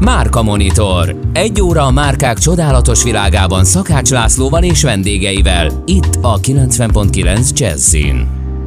Márka Monitor. Egy óra a márkák csodálatos világában Szakács Lászlóval és vendégeivel. Itt a 90.9 Jazzin.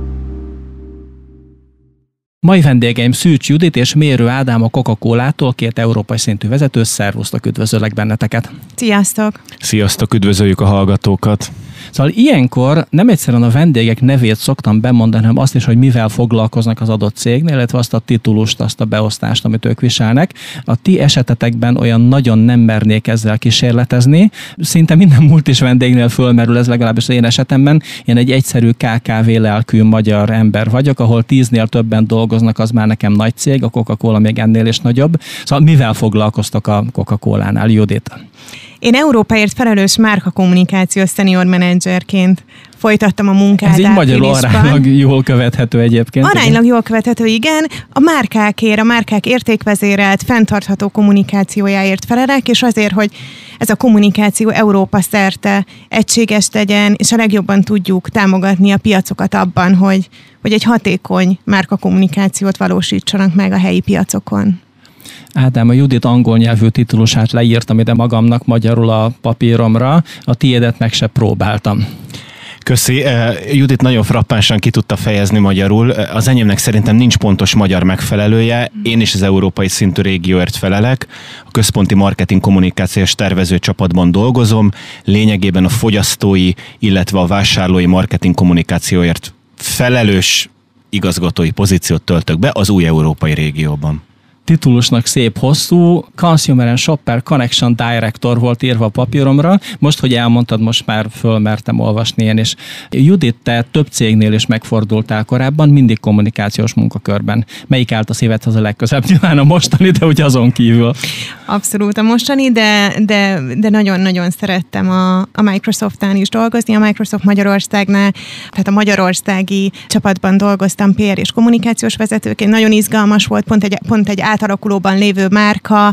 Mai vendégeim Szűcs Judit és Mérő Ádám a Coca-Colától, két európai szintű vezető. Szervusztok, üdvözöllek benneteket! Sziasztok! Sziasztok, üdvözöljük a hallgatókat! Szóval ilyenkor nem egyszerűen a vendégek nevét szoktam bemondani, hanem azt is, hogy mivel foglalkoznak az adott cégnél, illetve azt a titulust, azt a beosztást, amit ők viselnek. A ti esetetekben olyan nagyon nem mernék ezzel kísérletezni. Szinte minden multis vendégnél fölmerül ez, legalábbis az én esetemben. Én egy egyszerű KKV lelkű magyar ember vagyok, ahol 10-nél többen dolgoznak, az már nekem nagy cég, a Coca-Cola még ennél is nagyobb. Szóval mivel foglalkoztok a Coca-Colánál, Judit? Én Európáért felelős márkakommunikációs senior menedzserként folytattam a munkát. Ez így magyarul aránylag jól követhető egyébként. Aránylag jól követhető, igen. A márkákért, a márkák értékvezérelt, fenntartható kommunikációjáért felelek, és azért, hogy ez a kommunikáció Európa szerte egységes legyen, és a legjobban tudjuk támogatni a piacokat abban, hogy egy hatékony márkakommunikációt valósítsanak meg a helyi piacokon. Ádám, a Judit angol nyelvű titulusát leírtam ide magamnak magyarul a papíromra, a tiédet meg se próbáltam. Köszi. Judit nagyon frappánsan ki tudta fejezni magyarul. Az enyémnek szerintem nincs pontos magyar megfelelője. Én is az európai szintű régióért felelek. A központi marketing kommunikációs tervező csapatban dolgozom. Lényegében a fogyasztói, illetve a vásárlói marketing kommunikációért felelős igazgatói pozíciót töltök be az új európai régióban. Titulusnak szép hosszú, Consumer and Shopper Connection Director volt írva a papíromra. Most, hogy elmondtad, most már fölmertem olvasni én is. Judit, te több cégnél is megfordultál korábban, mindig kommunikációs munkakörben. Melyik állt a szívedhez a legközelebb? Nyilván a mostani, de ugye azon kívül. Abszolút a mostani, de nagyon-nagyon szerettem a Microsoftnál is dolgozni. A Microsoft Magyarországnál, tehát a magyarországi csapatban dolgoztam PR és kommunikációs vezetőként. Nagyon izgalmas volt, pont egy átalakulóban lévő márka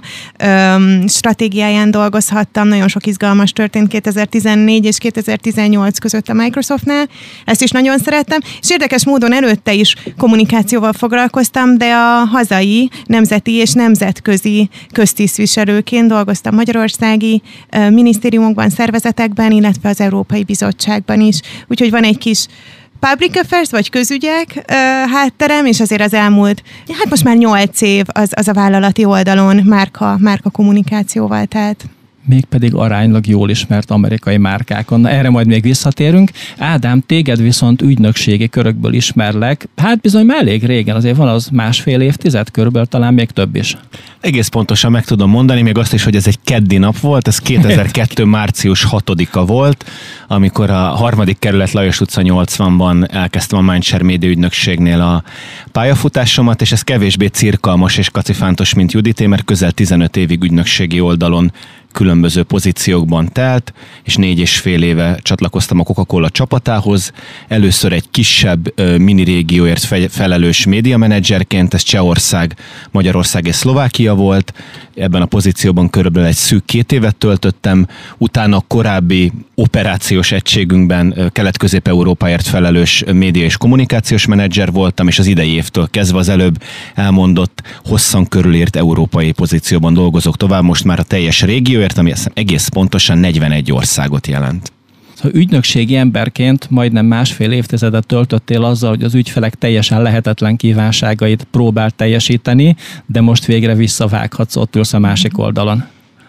stratégiáján dolgozhattam. Nagyon sok izgalmas történt 2014 és 2018 között a Microsoftnál. Ezt is nagyon szerettem. És érdekes módon előtte is kommunikációval foglalkoztam, de a hazai, nemzeti és nemzetközi köztisztviselőként dolgoztam magyarországi minisztériumokban, szervezetekben, illetve az Európai Bizottságban is. Úgyhogy van egy kis public affairs, vagy közügyek hátterem, és azért az elmúlt, most már 8 év az a vállalati oldalon márka kommunikációval telt. Mégpedig aránylag jól ismert amerikai márkákon. Na, erre majd még visszatérünk. Ádám, téged viszont ügynökségi körökből ismerlek. Hát bizony már elég régen, azért van az 1,5 évtized, körülbelül talán még több is. Egész pontosan meg tudom mondani, még azt is, hogy ez egy keddi nap volt, ez 2002. március 6-a volt, amikor a 3. kerület Lajos utca 80-ban elkezdtem a Mindshare Média ügynökségnél a pályafutásomat, és ez kevésbé cirkalmas és kacifántos, mint Judité, mert közel 15 évig ügynökségi oldalon különböző pozíciókban telt, és 4,5 éve csatlakoztam a Coca-Cola csapatához. Először egy kisebb mini régióért felelős médiamenedzserként, ez Csehország, Magyarország és Szlovákia volt. Ebben a pozícióban körülbelül egy szűk 2 évet töltöttem. Utána a korábbi operációs egységünkben Kelet-Közép-Európáért felelős média és kommunikációs menedzser voltam, és az idei évtől kezdve az előbb elmondott hosszan körülírt európai pozícióban dolgozok tovább, most már a teljes régióért, ami egész pontosan 41 országot jelent. Ügynökségi emberként majdnem 1,5 évtizedet töltöttél azzal, hogy az ügyfelek teljesen lehetetlen kívánságait próbált teljesíteni, de most végre visszavághatsz, ott ülsz a másik oldalon.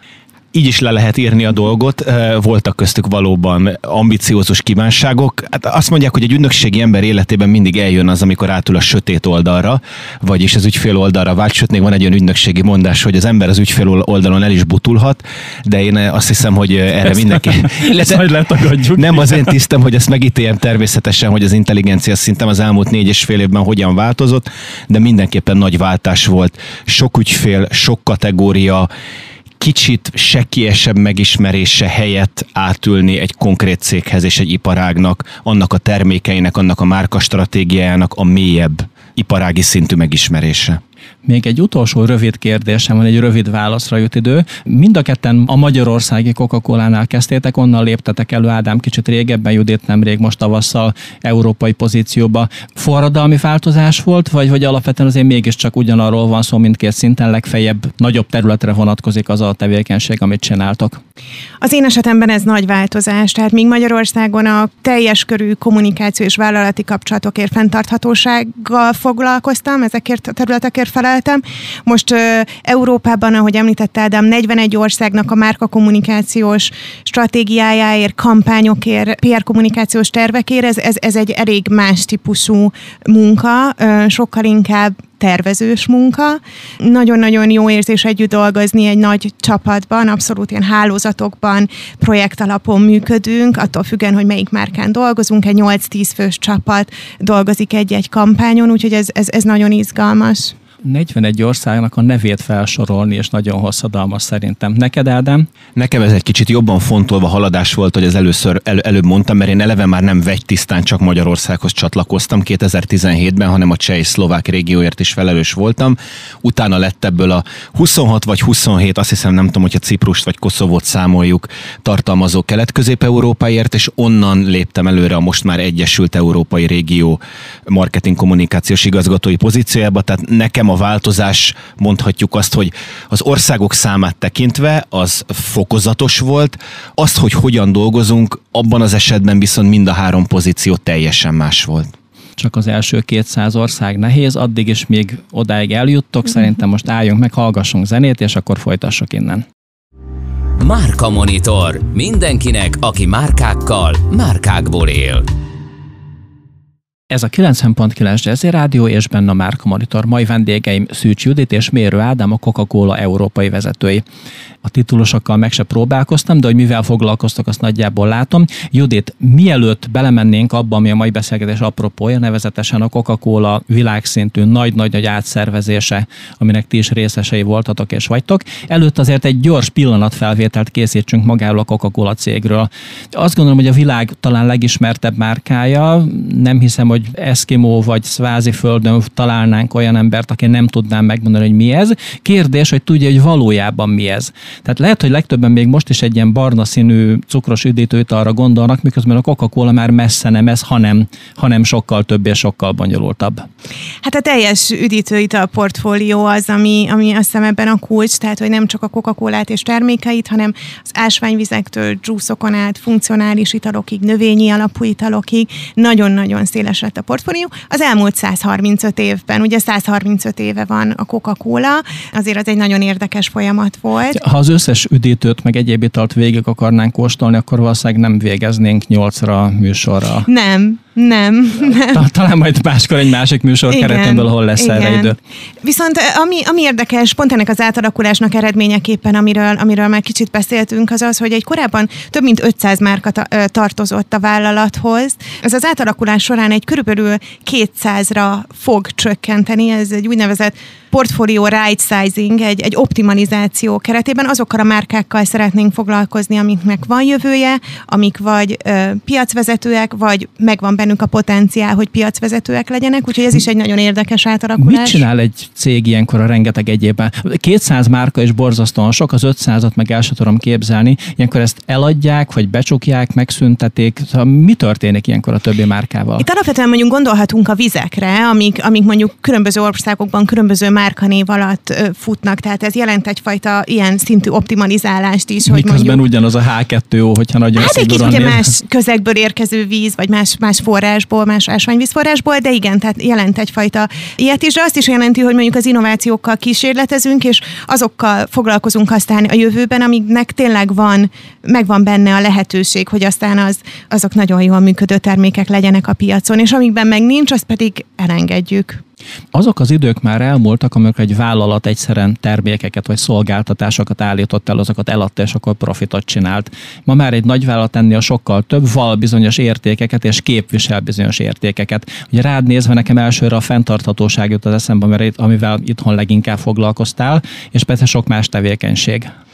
Így is le lehet írni a dolgot, voltak köztük valóban ambiciózus kívánságok. Hát azt mondják, hogy egy ügynökségi ember életében mindig eljön az, amikor átul a sötét oldalra, vagyis az ügyfél oldalra vált, sőt még van egy olyan ügynökségi mondás, hogy az ember az ügyfél oldalon el is butulhat, de én azt hiszem, hogy erre mindenki... Ezt majd letagadjuk. Nem az én tisztem, hogy ezt megítéljem természetesen, hogy az intelligencia szintem az elmúlt 4,5 évben hogyan változott, de mindenképpen nagy váltás volt. Sok ügyfél, sok kategória, kicsit sekiesebb megismerése helyett átülni egy konkrét céghez és egy iparágnak, annak a termékeinek, annak a márkastratégiájának a mélyebb iparági szintű megismerése. Még egy utolsó rövid kérdésem van, egy rövid válaszra jut idő. Mind a ketten a magyarországi Coca-Colánál kezdtétek, onnan léptetek elő, Ádám kicsit régebben, Judit nemrég, most tavasszal európai pozícióba. Forradalmi változás volt, vagy alapvetően azért mégiscsak ugyanarról van szó mindkét szinten, legfeljebb nagyobb területre vonatkozik az a tevékenység, amit csináltok? Az én esetemben ez nagy változás, tehát míg Magyarországon a teljes körű kommunikáció és vállalati kapcsolatokért, fenntarthatósággal foglalkoztam, ezekért a területekért feleltem. Most Európában, ahogy említette Ádám, 41 országnak a márkakommunikációs stratégiájáért, kampányokért, PR kommunikációs tervekért, ez egy elég más típusú munka, sokkal inkább tervezős munka. Nagyon-nagyon jó érzés együtt dolgozni egy nagy csapatban, abszolút ilyen hálózatokban, projekt alapon működünk, attól függően, hogy melyik márkán dolgozunk, egy 8-10 fős csapat dolgozik egy-egy kampányon, úgyhogy ez nagyon izgalmas. 41 országnak a nevét felsorolni, és nagyon hosszadalmas szerintem. Neked, Ádám? Nekem ez egy kicsit jobban fontolva haladás volt, hogy az előbb mondtam, mert én eleve már nem vegytisztán csak Magyarországhoz csatlakoztam 2017-ben, hanem a cseh és szlovák régióért is felelős voltam. Utána lett ebből a 26 vagy 27, azt hiszem, nem tudom, hogyha Ciprust vagy Koszovót számoljuk, tartalmazó Kelet-Közép-Európáért, és onnan léptem előre a most már Egyesült Európai Régió marketing kommunikációs igazgatói pozíciójába, tehát nekem a változás, mondhatjuk azt, hogy az országok számát tekintve az fokozatos volt. Azt, hogy hogyan dolgozunk, abban az esetben viszont mind a 3 pozíció teljesen más volt. Csak az első 200 ország nehéz, addig is még odáig eljuttok. Szerintem most álljunk meg, hallgassunk zenét, és akkor folytassuk innen. Márka Monitor. Mindenkinek, aki márkákkal, márkákból él. Ez a 90.9 Jazzy Rádió, és benne a Márka Monitor. Mai vendégeim Szűcs Judit és Mérő Ádám, a Coca-Cola európai vezetői. A titulusokkal meg se próbálkoztam, de hogy mivel foglalkoztok, azt nagyjából látom. Judit, mielőtt belemennénk abba, ami a mai beszélgetés apropója, nevezetesen a Coca-Cola világszintű nagy-nagy átszervezése, aminek ti is részesei voltatok és vagytok, előtt azért egy gyors pillanatfelvételt készítsünk magáról a Coca-Cola cégről. Azt gondolom, hogy a világ talán legismertebb márkája, nem hiszem, hogy Eszkimó vagy Sváziföldön találnánk olyan embert, aki nem tudnám megmondani, hogy mi ez. Kérdés, hogy tudja, hogy valójában mi ez. Tehát lehet, hogy legtöbben még most is egy ilyen barna színű cukros üdítőitalra gondolnak, miközben a Coca-Cola már messze nem ez, hanem sokkal több és sokkal bonyolultabb. Hát a teljes üdítőital portfólió az, ami azt hiszem ebben a kulcs, tehát hogy nem csak a Coca-Colát és termékeit, hanem az ásványvizektől, dzsúszokon át, funkcionális italokig, növényi alapú italokig, nagyon-nagyon széles lett a portfólió. Az elmúlt 135 évben, ugye 135 éve van a Coca-Cola, azért az egy nagyon érdekes folyamat volt. Ha az összes üdítőt, meg egyéb italt végig akarnánk kóstolni, akkor valószínűleg nem végeznénk 8-ra műsorra. Nem. Talán majd máskor egy másik műsor keretén belül, hol lesz erre idő. Viszont ami érdekes, pont ennek az átalakulásnak eredményeképpen, amiről már kicsit beszéltünk, az, hogy egy korábban több mint 500 márka tartozott a vállalathoz. Ez az átalakulás során egy körülbelül 200-ra fog csökkenteni, ez egy úgynevezett portfólió right sizing, egy optimalizáció keretében azokkal a márkákkal szeretnénk foglalkozni, amiknek van jövője, amik vagy piacvezetőek, vagy megvan bennük a potenciál, hogy piacvezetőek legyenek, úgyhogy ez is egy nagyon érdekes átalakulás. Mit csinál egy cég ilyenkor a rengeteg egyébben? 200 márka is borzasztóan sok, az 500-at meg el sem tudom képzelni. Ilyenkor ezt eladják, vagy becsukják, megszüntetik. Mi történik ilyenkor a többi márkával? Itt alapvetően mondjuk gondolhatunk a vizekre, amik mondjuk különböző országokban különböző márkanév alatt futnak, tehát ez jelent egyfajta ilyen szintű optimalizálást is. Miközben hogy ugyanaz a H2O, hogyha nagyon szigorúan ugye más közegből érkező víz, vagy más forrásból, más ásványvízforrásból, de igen, tehát jelent egyfajta ilyet is, de azt is jelenti, hogy mondjuk az innovációkkal kísérletezünk, és azokkal foglalkozunk aztán a jövőben, amiknek tényleg megvan benne a lehetőség, hogy aztán azok nagyon jól működő termékek legyenek a piacon, és amikben meg nincs, azt pedig elengedjük. Azok az idők már elmúltak, amikor egy vállalat egyszerűen termékeket vagy szolgáltatásokat állított el, azokat eladta, és akkor profitot csinált. Ma már egy nagyvállalat ennél sokkal több, val bizonyos értékeket, és képvisel bizonyos értékeket. Ugye rád nézve nekem elsőre a fenntarthatóság jut az eszembe, amivel itthon leginkább foglalkoztál, és persze sok más tevékenység.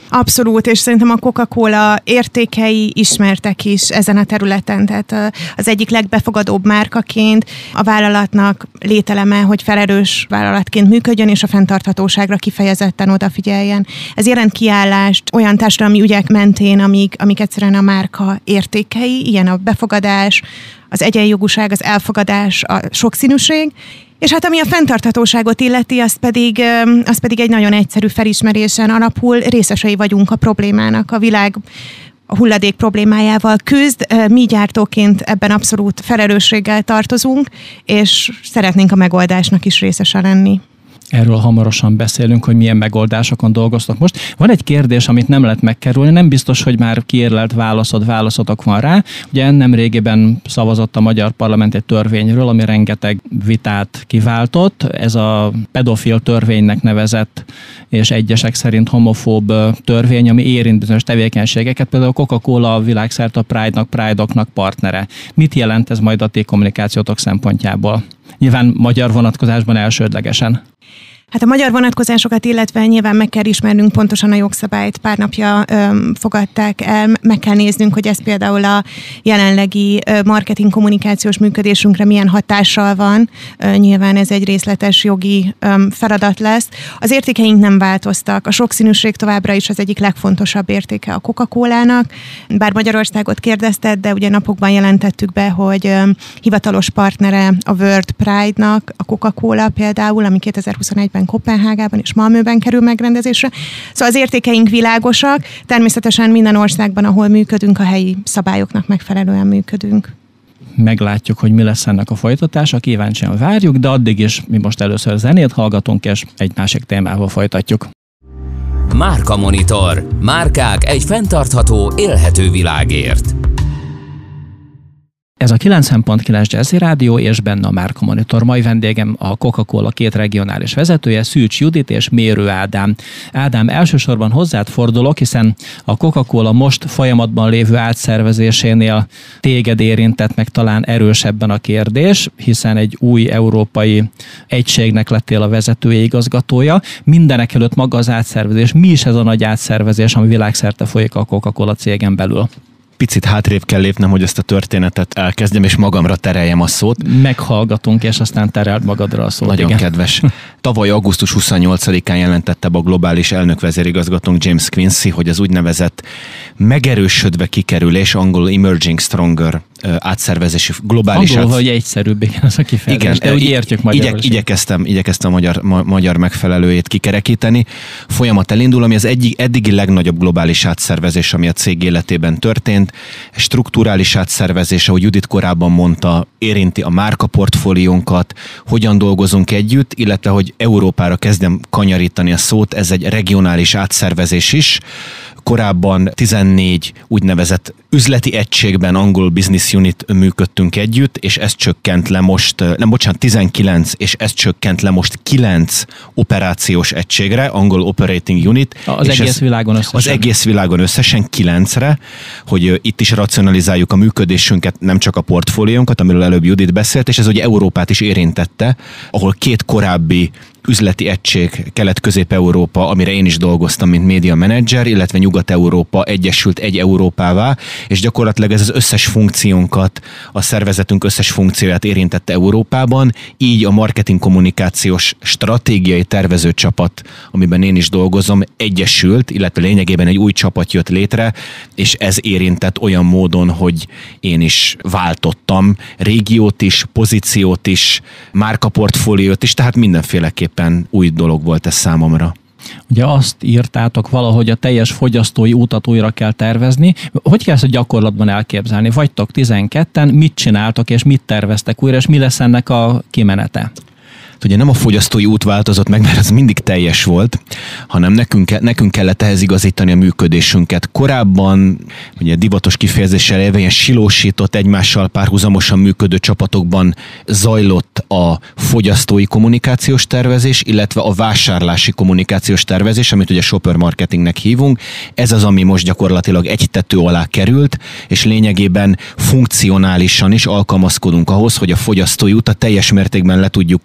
Abszolút, és szerintem a Coca-Cola értékei ismertek is ezen a területen, tehát az egyik legbefogadóbb márkaként a vállalatnak lételeme, hogy felelős vállalatként működjön, és a fenntarthatóságra kifejezetten odafigyeljen. Ez jelent kiállást olyan társadalmi ügyek mentén, amik egyszerűen a márka értékei, ilyen a befogadás, az egyenjogúság, az elfogadás, a sokszínűség, és hát ami a fenntarthatóságot illeti, az pedig egy nagyon egyszerű felismerésen alapul, részesei vagyunk a problémának, a világ a hulladék problémájával küzd, mi gyártóként ebben abszolút felelősséggel tartozunk, és szeretnénk a megoldásnak is részese lenni. Erről hamarosan beszélünk, hogy milyen megoldásokon dolgoztok most. Van egy kérdés, amit nem lehet megkerülni, nem biztos, hogy már kiérlelt válaszotok van rá. Ugye nemrégiben szavazott a magyar parlament egy törvényről, ami rengeteg vitát kiváltott. Ez a pedofil törvénynek nevezett, és egyesek szerint homofób törvény, ami érint bizonyos tevékenységeket. Például a Coca-Cola világszerte a Pride-oknak partnere. Mit jelent ez majd a ti kommunikációtok szempontjából? Nyilván magyar vonatkozásban elsődlegesen. Hát a magyar vonatkozásokat illetve nyilván meg kell ismernünk pontosan a jogszabályt, pár napja fogadták el, meg kell néznünk, hogy ez például a jelenlegi marketing kommunikációs működésünkre milyen hatással van. Nyilván ez egy részletes jogi feladat lesz. Az értékeink nem változtak, a sokszínűség továbbra is az egyik legfontosabb értéke a Coca-Colának. Bár Magyarországot kérdezted, de ugye napokban jelentettük be, hogy hivatalos partnere a World Pride-nak, a Coca-Cola például, ami 2021-ben Koppenhágában és Malmöben kerül megrendezésre. Szóval az értékeink világosak, természetesen minden országban, ahol működünk, a helyi szabályoknak megfelelően működünk. Meglátjuk, hogy mi lesz ennek a folytatása, kíváncsian várjuk, de addig is mi most először zenét hallgatunk, és egy másik témával folytatjuk. Márka Monitor. Márkák egy fenntartható, élhető világért. Ez a 90.9 Jazzy Rádió, és benne a Márka Monitor. Mai vendégem a Coca-Cola 2 regionális vezetője, Szűcs Judit és Mérő Ádám. Ádám, elsősorban hozzád fordulok, hiszen a Coca-Cola most folyamatban lévő átszervezésénél téged érintett meg talán erősebben a kérdés, hiszen egy új európai egységnek lettél a vezetője, igazgatója. Mindenek előtt maga az átszervezés. Mi is ez a nagy átszervezés, ami világszerte folyik a Coca-Cola cégen belül? Picit hátrébb kell lépnem, hogy ezt a történetet elkezdjem, és magamra tereljem a szót. Meghallgatunk, és aztán tereld magadra a szót. Nagyon igen. Kedves. Tavaly augusztus 28-án jelentette be a globális elnökvezérigazgatónk James Quincy, hogy az úgynevezett megerősödve kikerülés, angol Emerging Stronger átszervezési globális... Angol, hogy egyszerűbb, igen, az a kifejezés, igen, de úgy értjük magyarul. Igyekeztem a magyar megfelelőjét kikerekíteni. Folyamat elindul, ami az eddigi legnagyobb globális átszervezés, ami a cég életében történt. Strukturális átszervezés, ahogy Judit korábban mondta, érinti a márkaportfóliónkat, hogyan dolgozunk együtt, illetve hogy Európára kezdem kanyarítani a szót, ez egy regionális átszervezés is. Korábban 14 úgynevezett üzleti egységben, angol business unit működtünk együtt, és ez csökkent le most, 19, és ez csökkent le most 9 operációs egységre, angol operating unit. Az egész világon összesen. Az egész világon összesen 9-re, hogy itt is racionalizáljuk a működésünket, nem csak a portfóliónkat, amiről előbb Judit beszélt, és ez ugye Európát is érintette, ahol 2 korábbi üzleti egység, Kelet-Közép-Európa, amire én is dolgoztam, mint média menedzser, illetve Nyugat-Európa egyesült egy Európává, és gyakorlatilag ez az összes funkciónkat, a szervezetünk összes funkcióját érintette Európában, így a marketing kommunikációs stratégiai tervezőcsapat, amiben én is dolgozom, egyesült, illetve lényegében egy új csapat jött létre, és ez érintett olyan módon, hogy én is váltottam régiót is, pozíciót is, márkaportfóliót is, tehát mindenféleképpen új dolog volt ez számomra. Ugye azt írtátok valahogy, a teljes fogyasztói útat újra kell tervezni. Hogy kell ezt a gyakorlatban elképzelni? Vagytok 12-en, mit csináltok és mit terveztek újra, és mi lesz ennek a kimenete? Ugye nem a fogyasztói út változott meg, mert az mindig teljes volt, hanem nekünk kellett ehhez igazítani a működésünket. Korábban, ugye divatos kifejezéssel élve, ilyen silósított, egymással párhuzamosan működő csapatokban zajlott a fogyasztói kommunikációs tervezés, illetve a vásárlási kommunikációs tervezés, amit ugye shopper marketingnek hívunk. Ez az, ami most gyakorlatilag egy tető alá került, és lényegében funkcionálisan is alkalmazkodunk ahhoz, hogy a fogyasztói utat teljes mértékben le tudjuk fedni,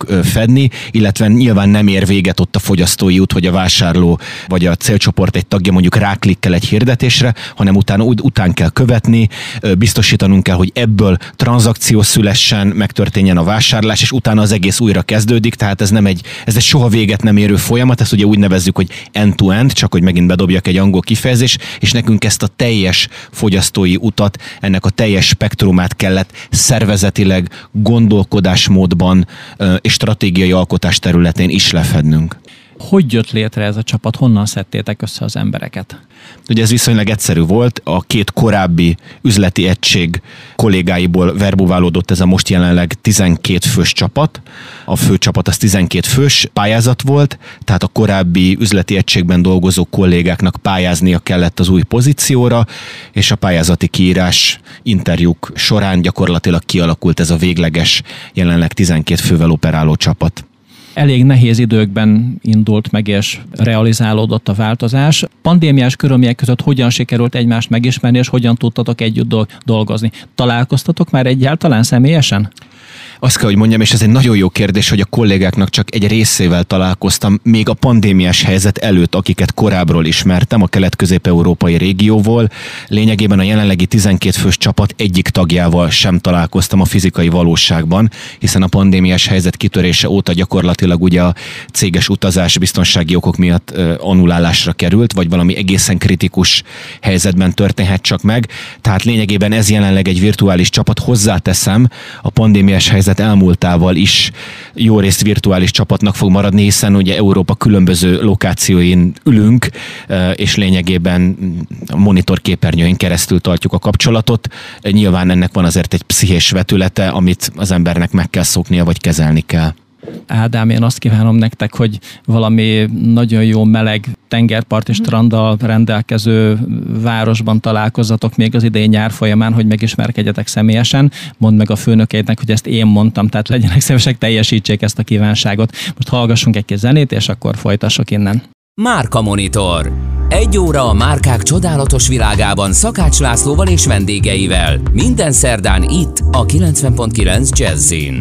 szedni, illetve nyilván nem ér véget ott a fogyasztói út, hogy a vásárló vagy a célcsoport egy tagja mondjuk ráklikkel egy hirdetésre, hanem után kell követni, biztosítanunk kell, hogy ebből tranzakció szülessen, megtörténjen a vásárlás, és utána az egész újra kezdődik, tehát ez egy soha véget nem érő folyamat, ezt ugye úgy nevezzük, hogy end-to-end, csak hogy megint bedobjak egy angol kifejezés, és nekünk ezt a teljes fogyasztói utat, ennek a teljes spektrumát kellett szervezetileg, gondolkodásmódban és stratégiai alkotás területén is lefednünk. Hogy jött létre ez a csapat? Honnan szedtétek össze az embereket? Ugye ez viszonylag egyszerű volt, a két korábbi üzleti egység kollégáiból verbuválódott ez a most jelenleg 12 fős csapat. A fő csapat az 12 fős pályázat volt, tehát a korábbi üzleti egységben dolgozó kollégáknak pályáznia kellett az új pozícióra, és a pályázati kiírás interjúk során gyakorlatilag kialakult ez a végleges, jelenleg 12 fővel operáló csapat. Elég nehéz időkben indult meg és realizálódott a változás. Pandémiás körülmények között hogyan sikerült egymást megismerni, és hogyan tudtatok együtt dolgozni? Találkoztatok már egyáltalán személyesen? Azt kell, hogy mondjam, és ez egy nagyon jó kérdés, hogy a kollégáknak csak egy részével találkoztam, még a pandémiás helyzet előtt, akiket korábbról ismertem, a kelet-közép-európai régióból. Lényegében a jelenlegi 12 fős csapat egyik tagjával sem találkoztam a fizikai valóságban, hiszen a pandémiás helyzet kitörése óta gyakorlatilag ugye a céges utazás biztonsági okok miatt annulálásra került, vagy valami egészen kritikus helyzetben történhet csak meg. Tehát lényegében ez jelenleg egy virtuális csapat, hozzáteszem, a pandémiás helyzet elmúltával is jó részt virtuális csapatnak fog maradni, hiszen ugye Európa különböző lokációin ülünk, és lényegében a monitorképernyőin keresztül tartjuk a kapcsolatot. Nyilván ennek van azért egy pszichés vetülete, amit az embernek meg kell szoknia, vagy kezelni kell. Ádám, én azt kívánom nektek, hogy valami nagyon jó meleg tengerparti stranddal rendelkező városban találkozzatok még az idei nyár folyamán, hogy megismerkedjetek személyesen. Mondd meg a főnökeidnek, hogy ezt én mondtam, tehát legyenek szívesek, teljesítsék ezt a kívánságot. Most hallgassunk egy kis zenét, és akkor folytassuk innen. Márka Monitor. 1 óra a márkák csodálatos világában Szakács Lászlóval és vendégeivel. Minden szerdán itt a 90.9 Jazzin.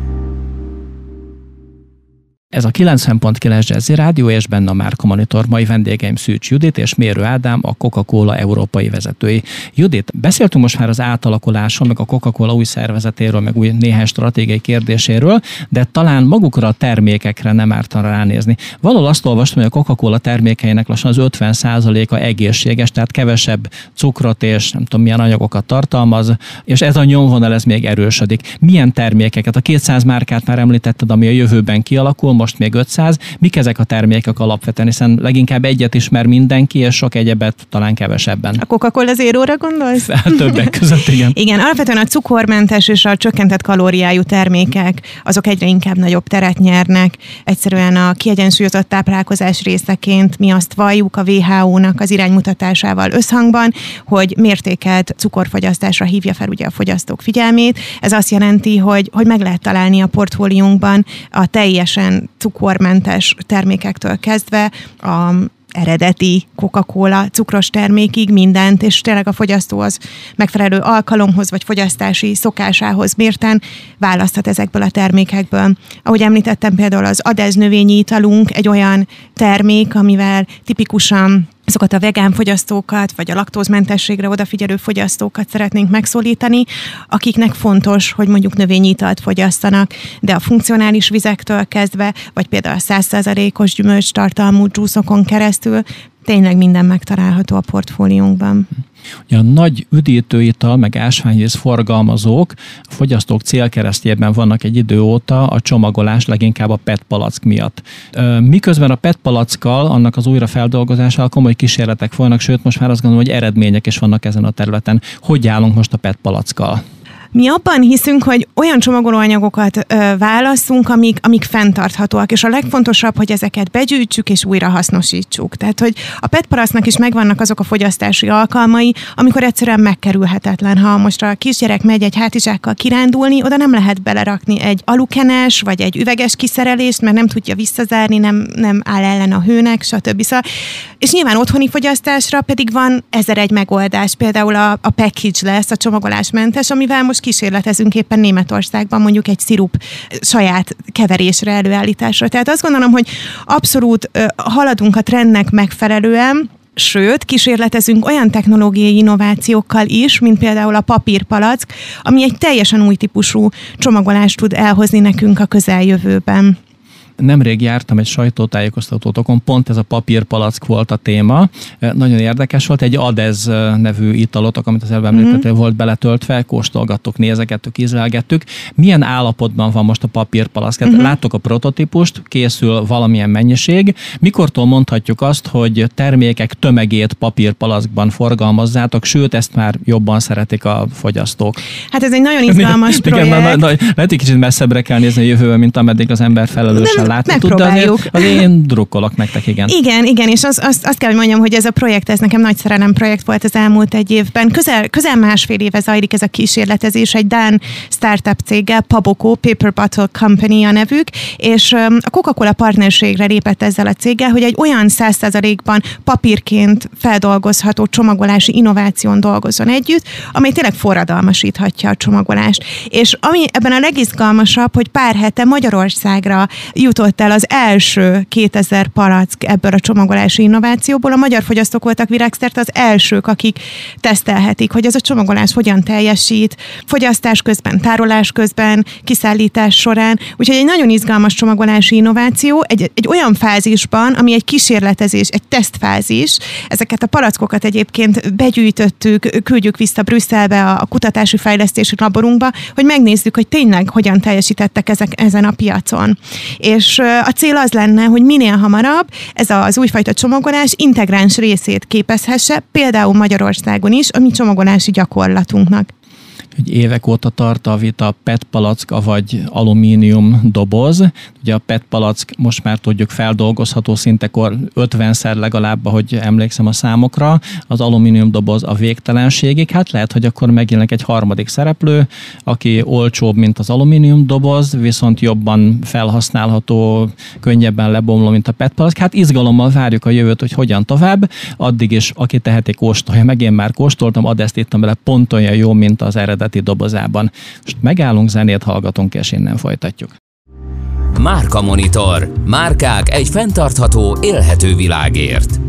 Ez a 90.9 Jazzy Rádió, és benne a Márka Monitor. Mai vendégeim Szűcs Judit és Mérő Ádám, a Coca-Cola európai vezetői. Judit, beszéltünk most már az átalakulásról, meg a Coca-Cola új szervezetéről, meg új néhány stratégiai kérdéséről, de talán magukra a termékekre nem ártana ránézni. Valahol azt olvastam, hogy a Coca-Cola termékeinek lassan az 50%-a egészséges, tehát kevesebb cukrot és nem tudom milyen anyagokat tartalmaz, és ez a nyomvonal ez még erősödik. Milyen termékeket? A 200 márkát már említetted, ami a jövőben kialakul, most még 500. Mik ezek a termékek alapvetően, hiszen leginkább egyet ismer mindenki, és sok egyebet talán kevesebben. A Coca-Cola Zero-ra gondolsz? Többek között, igen. Igen, alapvetően a cukormentes és a csökkentett kalóriájú termékek, azok egyre inkább nagyobb teret nyernek. Egyszerűen a kiegyensúlyozott táplálkozás részeként mi azt valljuk a WHO-nak az iránymutatásával összhangban, hogy mértékelt cukorfogyasztásra hívja fel ugye a fogyasztók figyelmét. Ez azt jelenti, hogy meg lehet találni a portfóliónkban a teljesen cukormentes termékektől kezdve a eredeti Coca-Cola cukros termékig mindent, és tényleg a fogyasztó az megfelelő alkalomhoz vagy fogyasztási szokásához mérten választhat ezekből a termékekből. Ahogy említettem, például az Adez növényi italunk egy olyan termék, amivel tipikusan azokat a vegán fogyasztókat, vagy a laktózmentességre odafigyelő fogyasztókat szeretnénk megszólítani, akiknek fontos, hogy mondjuk növényi italt fogyasztanak, de a funkcionális vizektől kezdve, vagy például a 100%-os gyümölcstartalmú dzsúszokon keresztül tényleg minden megtalálható a portfóliónkban. Ugye a nagy üdítőital, meg ásványvíz forgalmazók a fogyasztók célkeresztjében vannak egy idő óta a csomagolás leginkább a PET palack miatt. Miközben a PET palackkal, annak az újrafeldolgozásával komoly kísérletek folynak, sőt most már azt gondolom, hogy eredmények is vannak ezen a területen. Hogy állunk most a PET palackkal? Mi abban hiszünk, hogy olyan csomagolóanyagokat válasszunk, amik fenntarthatóak, és a legfontosabb, hogy ezeket begyűjtsük és újra hasznosítsuk. Tehát, hogy a PET palacknak is megvannak azok a fogyasztási alkalmai, amikor egyszerűen megkerülhetetlen. Ha most a kisgyerek megy egy hátizsákkal kirándulni, oda nem lehet belerakni egy alukenes vagy egy üveges kiszerelést, mert nem tudja visszazárni, nem áll ellen a hőnek, stb. És nyilván otthoni fogyasztásra pedig van 1001 megoldás. Például a package lesz, a csomagolásmentes, amivel most most kísérletezünk éppen Németországban mondjuk egy szirup saját keverésre, előállításra. Tehát azt gondolom, hogy abszolút haladunk a trendnek megfelelően, sőt, kísérletezünk olyan technológiai innovációkkal is, mint például a papírpalack, ami egy teljesen új típusú csomagolást tud elhozni nekünk a közeljövőben. Nemrég jártam egy sajtótájékoztatótokon, pont ez a papírpalack volt a téma. Nagyon érdekes volt, egy Adez nevű italotok, amit az előbb említettél, volt beletöltve, kóstolgattuk, nézegettük, ízlelgettük. Milyen állapotban van most a papírpalack? Láttok a prototípust, készül valamilyen mennyiség. Mikortól mondhatjuk azt, hogy termékek tömegét papírpalackban forgalmazzátok, sőt, ezt már jobban szeretik a fogyasztók? Hát ez egy nagyon izgalmas projekt. Lehet, hogy kicsit messzebbre kell nézni a jövőben, mint ameddig az ember felelősen látni tud, de azért én drukkolok nektek, igen. Igen, és azt kell, hogy mondjam, hogy ez a projekt, ez nekem nagy szerelem projekt volt az elmúlt egy évben. Közel másfél éve zajlik ez a kísérletezés egy dán startup céggel, Paboco, Paper Bottle Company a nevük, és a Coca-Cola partnerségre lépett ezzel a céggel, hogy egy olyan 100%-ban papírként feldolgozható csomagolási innováción dolgozzon együtt, amely tényleg forradalmasíthatja a csomagolást. És ami ebben a legizgalmasabb, hogy pár hete Magyarországra jutott el az első 2000 palack ebből a csomagolási innovációból. A magyar fogyasztók voltak világszerte az elsők, akik tesztelhetik, hogy ez a csomagolás hogyan teljesít, fogyasztás közben, tárolás közben, kiszállítás során. Úgyhogy egy nagyon izgalmas csomagolási innováció, egy olyan fázisban, ami egy kísérletezés, egy tesztfázis. Ezeket a palackokat egyébként begyűjtöttük, küldjük vissza Brüsszelbe a kutatási fejlesztési laborunkba, hogy megnézzük, hogy tényleg hogyan teljesítettek ezek ezen a piacon. És a cél az lenne, hogy minél hamarabb ez az újfajta csomagolás integráns részét képezhesse, például Magyarországon is, a mi csomagolási gyakorlatunknak. Hogy évek óta tart a vita PET palack, vagy alumínium doboz. Ugye a PET palack most már tudjuk feldolgozható szintekor 50-szer legalább, ahogy emlékszem a számokra. Az alumínium doboz a végtelenségig. Hát lehet, hogy akkor megjelenik egy harmadik szereplő, aki olcsóbb, mint az alumínium doboz, viszont jobban felhasználható, könnyebben lebomló, mint a PET palack. Hát izgalommal várjuk a jövőt, hogy hogyan tovább. Addig is, aki teheti, kóstolja meg. Én már kóstoltam, Adezt ittam bele, pont olyan jó, mint az eredeti dobozában. Most megállunk, zenét hallgatunk, és innen folytatjuk. Márka Monitor. Márkák egy fenntartható, élhető világért.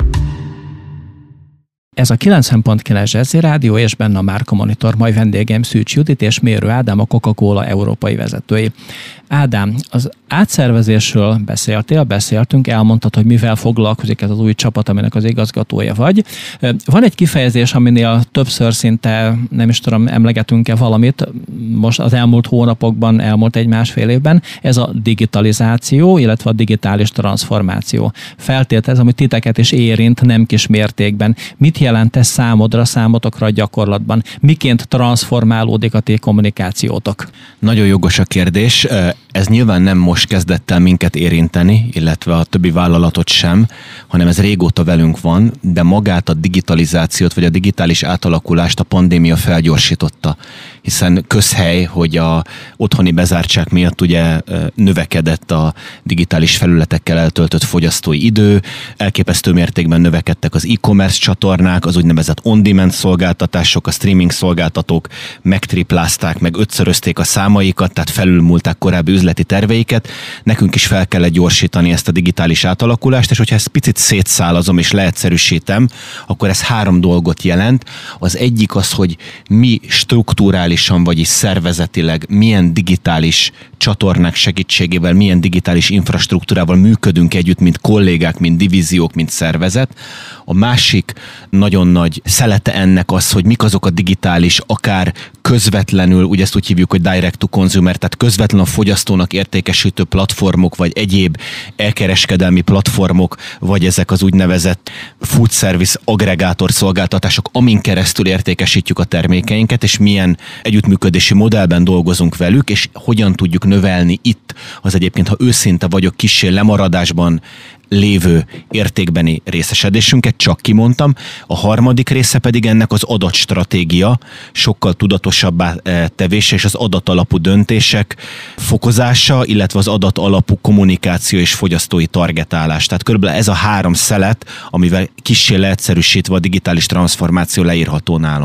Ez a 90.9 Jazzy Rádió, és benne a Márka Monitor, mai vendégem Szűcs Judit és Mérő Ádám, a Coca-Cola európai vezetői. Ádám, az átszervezésről beszéltünk, elmondtad, hogy mivel foglalkozik ez az új csapat, aminek az igazgatója vagy. Van egy kifejezés, aminél többször szinte, nem is tudom, emlegetünk-e valamit, most az elmúlt hónapokban, elmúlt egy-másfél évben, ez a digitalizáció, illetve a digitális transformáció. Feltételezem, hogy titeket is érint nem kis mértékben. Mit jelent ez számotokra a gyakorlatban? Miként transformálódik a ti kommunikációtok? Nagyon jogos a kérdés. Ez nyilván nem most kezdett el minket érinteni, illetve a többi vállalatot sem, hanem ez régóta velünk van, de magát a digitalizációt, vagy a digitális átalakulást a pandémia felgyorsította. Hiszen közhely, hogy a otthoni bezártság miatt ugye növekedett a digitális felületekkel eltöltött fogyasztói idő, elképesztő mértékben növekedtek az e-commerce csatornák, az úgynevezett on-demand szolgáltatások, a streaming szolgáltatók megtriplázták, meg ötszörözték a számaikat, tehát felülmúlták korábbi üzleti terveiket. Nekünk is fel kellett gyorsítani ezt a digitális átalakulást, és hogyha ezt picit szétszálazom és leegyszerűsítem, akkor ez 3 dolgot jelent. Az egyik az, hogy mi strukturálisan, vagyis szervezetileg milyen digitális csatornák segítségével, milyen digitális infrastruktúrával működünk együtt, mint kollégák, mint divíziók, mint szervezet. A másik nagyon nagy szelete ennek az, hogy mik azok a digitális, akár közvetlenül, ugye ezt úgy hívjuk, hogy direct to consumer, tehát közvetlen a fogyasztónak értékesítő platformok, vagy egyéb elkereskedelmi platformok, vagy ezek az úgynevezett food service aggregátor szolgáltatások, amin keresztül értékesítjük a termékeinket, és milyen együttműködési modellben dolgozunk velük, és hogyan tudjuk növelni itt az egyébként, ha őszinte vagyok, kissé lemaradásban lévő értékbeni részesedésünket, csak kimondtam. A harmadik része pedig ennek az adatstratégia, sokkal tudatosabbá tevése és az adatalapú döntések fokozása, illetve az adatalapú kommunikáció és fogyasztói targetálás. Tehát körülbelül ez a 3 szelet, amivel kissé leegyszerűsítve a digitális transformáció leírható nálunk.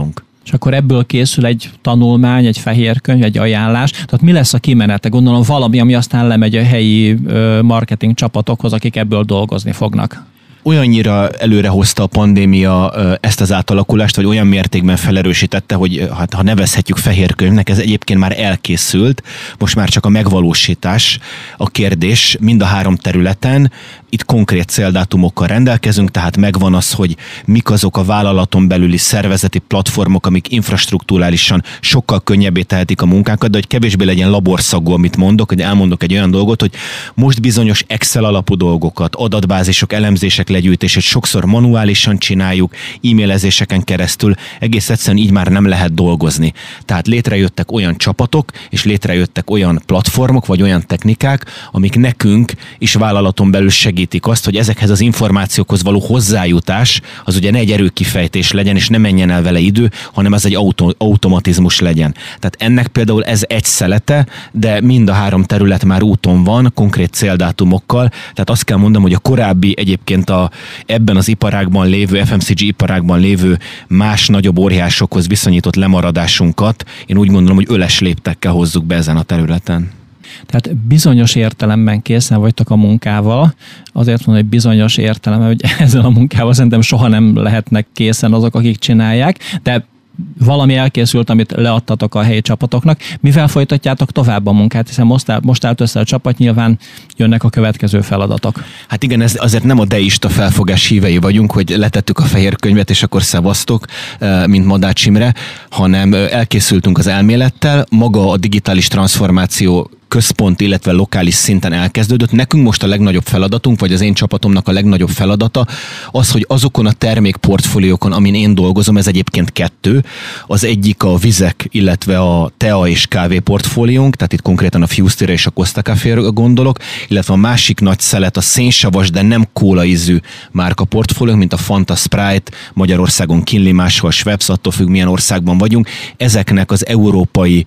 És akkor ebből készül egy tanulmány, egy fehér könyv, egy ajánlás. Tehát mi lesz a kimenete? Gondolom valami, ami aztán lemegy a helyi marketing csapatokhoz, akik ebből dolgozni fognak. Olyannyira előrehozta a pandémia ezt az átalakulást, vagy olyan mértékben felerősítette, hogy ha nevezhetjük fehér könyvnek, ez egyébként már elkészült, most már csak a megvalósítás a kérdés mind a 3 területen. Itt konkrét céldátumokkal rendelkezünk, tehát megvan az, hogy mik azok a vállalaton belüli szervezeti platformok, amik infrastrukturálisan sokkal könnyebbé tehetik a munkánkat, de hogy kevésbé legyen laborszagú, amit mondok, hogy elmondok egy olyan dolgot, hogy most bizonyos Excel alapú dolgokat, adatbázisok, elemzések legyűjtését sokszor manuálisan csináljuk, e-mailezéseken keresztül, egész egyszerűen így már nem lehet dolgozni. Tehát létrejöttek olyan csapatok, és létrejöttek olyan platformok, vagy olyan technikák, amik nekünk is vállalaton belül segítik azt, hogy ezekhez az információkhoz való hozzájutás az ugye ne egy erőkifejtés legyen, és ne menjen el vele idő, hanem ez egy automatizmus legyen. Tehát ennek például ez egy szelete, de mind a 3 terület már úton van, konkrét céldátumokkal. Tehát azt kell mondanom, hogy a korábbi egyébként ebben az iparágban lévő, FMCG iparágban lévő más nagyobb óriásokhoz viszonyított lemaradásunkat, én úgy gondolom, hogy öles léptekkel hozzuk be ezen a területen. Tehát bizonyos értelemben készen vagytok a munkával, azért mondom, hogy bizonyos értelemben, hogy ezzel a munkával szerintem soha nem lehetnek készen azok, akik csinálják, de valami elkészült, amit leadtatok a helyi csapatoknak. Mivel folytatjátok tovább a munkát, hiszen most állt össze a csapat, nyilván jönnek a következő feladatok. Hát igen, ez azért nem a deista felfogás hívei vagyunk, hogy letettük a fehér könyvet, és akkor szevasztok, mint Madács Imre, hanem elkészültünk az elmélettel, maga a digitális transformáció központ, illetve lokális szinten elkezdődött. Nekünk most a legnagyobb feladatunk, vagy az én csapatomnak a legnagyobb feladata az, hogy azokon a termékportfóliókon, amin én dolgozom, ez egyébként 2. Az egyik a vizek, illetve a tea és kávé portfóliónk, tehát itt konkrétan a Fustyra és a Costa Caféra gondolok, illetve a másik nagy szelet a szénsavas, de nem kólaízű márka portfóliónk, mint a Fanta, Sprite, Magyarországon Kinley, máshol Schweppes, attól függ, milyen országban vagyunk. Ezeknek az európai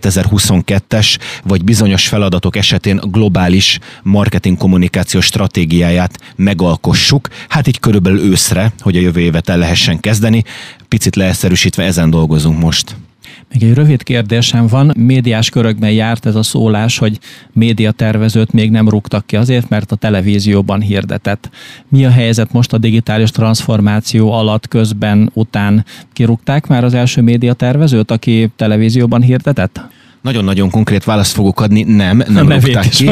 2022-es, vagy bizonyos feladatok esetén globális marketing kommunikációs stratégiáját megalkossuk. Hát így körülbelül őszre, hogy a jövő évet el lehessen kezdeni. Picit leegyszerűsítve ezen dolgozunk most. Még egy rövid kérdésem van. Médiás körökben járt ez a szólás, hogy médiatervezőt még nem rúgtak ki azért, mert a televízióban hirdetett. Mi a helyzet most a digitális transformáció alatt, közben, után? Kirúgták már az első médiatervezőt, aki televízióban hirdetett? Nagyon-nagyon konkrét választ fogok adni, nem rúgták ki.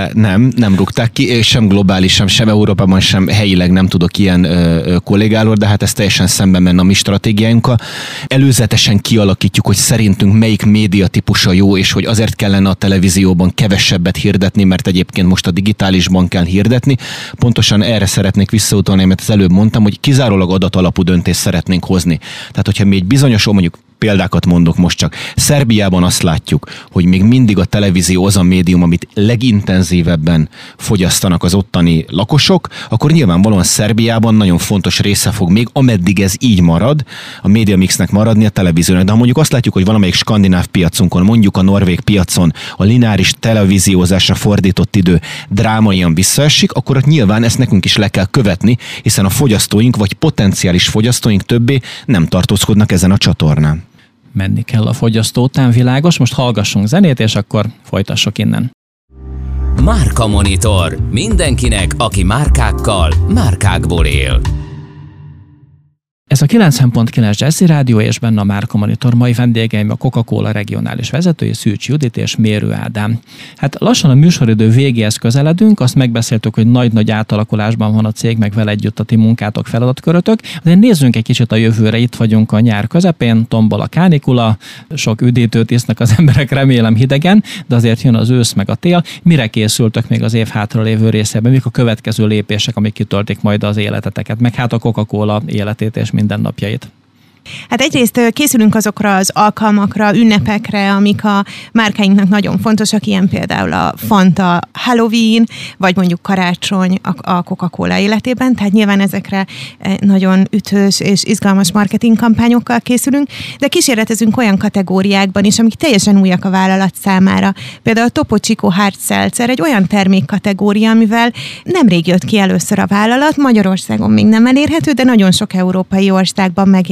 Nem rúgták ki, sem globálisan, sem Európában, sem helyileg nem tudok ilyen kollégáról, de hát ez teljesen szemben menne a mi stratégiáinkkal. Előzetesen kialakítjuk, hogy szerintünk melyik média típusa jó, és hogy azért kellene a televízióban kevesebbet hirdetni, mert egyébként most a digitálisban kell hirdetni. Pontosan erre szeretnék visszautalni, mert az előbb mondtam, hogy kizárólag adatalapú döntést szeretnénk hozni. Tehát, hogyha mi egy bizonyos, mondjuk példákat mondok most csak. Szerbiában azt látjuk, hogy még mindig a televízió az a médium, amit legintenzívebben fogyasztanak az ottani lakosok, akkor nyilvánvalóan Szerbiában nagyon fontos része fog még, ameddig ez így marad, a média mixnek maradni a televíziónak. De ha mondjuk azt látjuk, hogy valamelyik skandináv piacunkon, mondjuk a norvég piacon a lineáris televíziózásra fordított idő drámaian visszaesik, akkor ott nyilván ezt nekünk is le kell követni, hiszen a fogyasztóink vagy potenciális fogyasztóink többé nem tartózkodnak ezen a csatornán. Menni kell a fogyasztó után, világos. Most hallgassunk zenét, és akkor folytassuk innen. Márka Monitor. Mindenkinek, aki márkákkal, márkákból él. Ez a 90.9 Jazzy Rádió, és benne a Márka Monitor. Mai vendégeim a Coca-Cola regionális vezetője, Szűcs Judit és Mérő Ádám. Hát lassan a műsoridő végéhez közeledünk, azt megbeszéltük, hogy nagy-nagy átalakulásban van a cég, meg vele együtt a ti munkátok, feladatkörötök. De nézzünk egy kicsit a jövőre, itt vagyunk a nyár közepén, tombol a kánikula, sok üdítőt isznak az emberek, remélem hidegen, de azért jön az ősz meg a tél. Mire készültök még az év hátralévő részében? Mik a következő lépések, amik kitöltik majd az életeteket, meg hát a Coca-Cola életét és mindennapjait? Hát egyrészt készülünk azokra az alkalmakra, ünnepekre, amik a márkáinknak nagyon fontosak, ilyen például a Fanta Halloween, vagy mondjuk karácsony a Coca-Cola életében, tehát nyilván ezekre nagyon ütős és izgalmas marketing kampányokkal készülünk, de kísérletezünk olyan kategóriákban is, amik teljesen újak a vállalat számára. Például a Topo Chico Hard Seltzer egy olyan termékkategória, amivel nemrég jött ki először a vállalat, Magyarországon még nem elérhető, de nagyon sok európai országban megjelent ez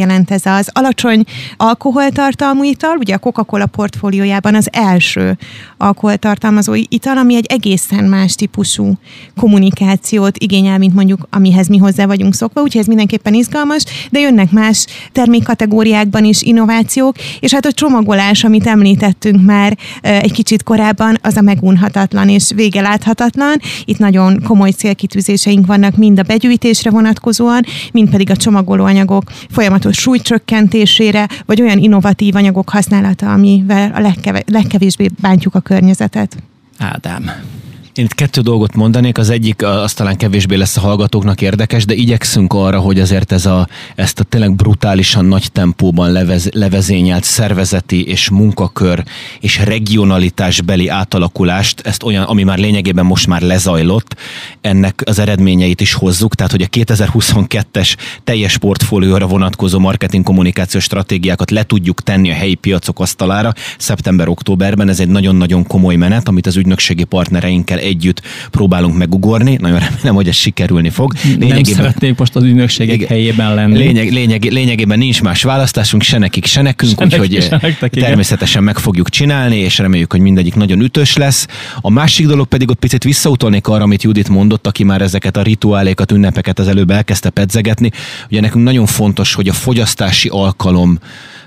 az alacsony alkoholtartalmú ital, ugye a Coca-Cola portfóliójában az első alkoholtartalmazó ital, ami egy egészen más típusú kommunikációt igényel, mint mondjuk amihez mi hozzá vagyunk szokva, úgyhogy ez mindenképpen izgalmas, de jönnek más termékkategóriákban is innovációk, és hát a csomagolás, amit említettünk már egy kicsit korábban, az a megunhatatlan és vége láthatatlan. Itt nagyon komoly célkitűzéseink vannak mind a begyűjtésre vonatkozóan, mind pedig a csomagolóanyagok folyamatos súlycsökkentésére, vagy olyan innovatív anyagok használata, amivel a legkevésbé bántjuk a környezetet. Ádám. Én itt 2 dolgot mondanék, az egyik, az talán kevésbé lesz a hallgatóknak érdekes, de igyekszünk arra, hogy azért ezt a tényleg brutálisan nagy tempóban levezényelt szervezeti és munkakör és regionalitásbeli átalakulást, ezt olyan, ami már lényegében most már lezajlott, ennek az eredményeit is hozzuk, tehát hogy a 2022-es teljes portfólióra vonatkozó marketing kommunikációs stratégiákat le tudjuk tenni a helyi piacok asztalára szeptember-októberben, ez egy nagyon-nagyon komoly menet, amit az ügynökségi partnereinkkel együtt próbálunk megugorni. Nagyon remélem, hogy ez sikerülni fog. Nem szeretnék most az ügynökségek helyében lenni. Lényegében nincs más választásunk, se nekik, se nekünk, úgyhogy természetesen meg fogjuk csinálni, és reméljük, hogy mindegyik nagyon ütős lesz. A másik dolog pedig ott picit visszautalnék arra, amit Judit mondott, aki már ezeket a rituálékat, ünnepeket az előbb elkezdte pedzegetni. Ugye nekünk nagyon fontos, hogy a fogyasztási alkalom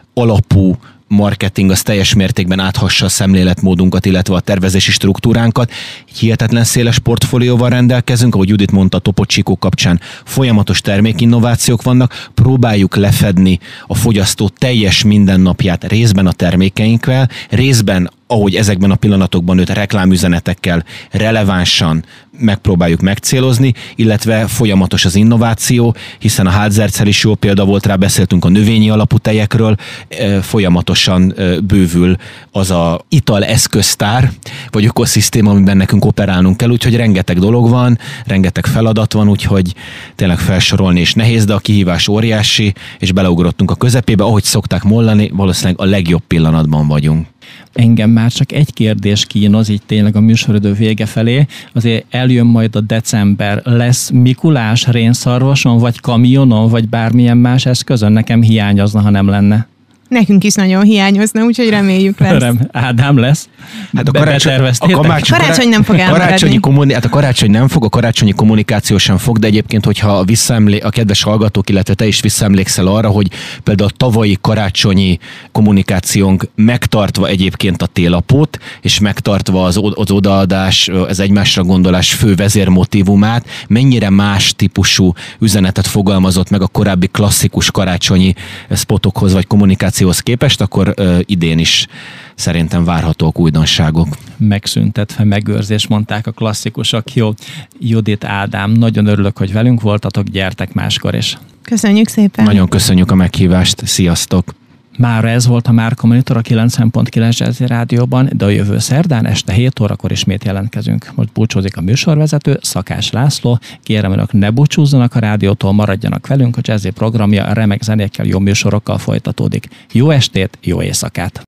alapú marketing az teljes mértékben áthassa a szemléletmódunkat, illetve a tervezési struktúránkat. Egy hihetetlen széles portfólióval rendelkezünk, ahogy Judit mondta, a Topo Chico kapcsán folyamatos termékinnovációk vannak, próbáljuk lefedni a fogyasztó teljes mindennapját részben a termékeinkkel, részben ahogy ezekben a pillanatokban őt reklámüzenetekkel relevánsan megpróbáljuk megcélozni, illetve folyamatos az innováció, hiszen a Hálzerccel is jó példa volt rá, beszéltünk a növényi alapú tejekről, folyamatosan bővül az a italeszköztár, vagy ökoszisztéma, amiben nekünk operálnunk kell, úgyhogy rengeteg dolog van, rengeteg feladat van, úgyhogy tényleg felsorolni is nehéz, de a kihívás óriási, és beleugrottunk a közepébe, ahogy szokták mondani, valószínűleg a legjobb pillanatban vagyunk. Engem már csak egy kérdés kínoz, így tényleg a műsoridő vége felé. Azért eljön majd a december. Lesz Mikulás rénszarvason, vagy kamionon, vagy bármilyen más eszközön? Nekem hiányozna, ha nem lenne. Nekünk is nagyon hiányozna, úgyhogy reméljük lesz. Ádám lesz. Hát a karácsony nem fog elmaradni. A karácsony nem fog, a karácsonyi kommunikáció sem fog, de egyébként, hogyha a kedves hallgatók, illetve te is visszaemlékszel arra, hogy például a tavalyi karácsonyi kommunikációnk megtartva egyébként a télapót, és megtartva az odaadás, az egymásra gondolás fő vezérmotívumát, mennyire más típusú üzenetet fogalmazott meg a korábbi klasszikus karácsonyi spotokhoz vagy kommunikációhoz képest, akkor idén is szerintem várhatók újdonságok. Megszüntetve megőrzés, mondták a klasszikusok. Jó, Judit, Ádám, nagyon örülök, hogy velünk voltatok, gyertek máskor is. Köszönjük szépen. Nagyon köszönjük a meghívást, sziasztok! Mára ez volt a Márka Monitor a 90.9 Jazzy Rádióban, de a jövő szerdán este 7 órakor ismét jelentkezünk. Most búcsúzik a műsorvezető, Szakás László. Kérem, önök ne búcsúzzanak a rádiótól, maradjanak velünk, a Jazzy programja remek zenékkel, jó műsorokkal folytatódik. Jó estét, jó éjszakát!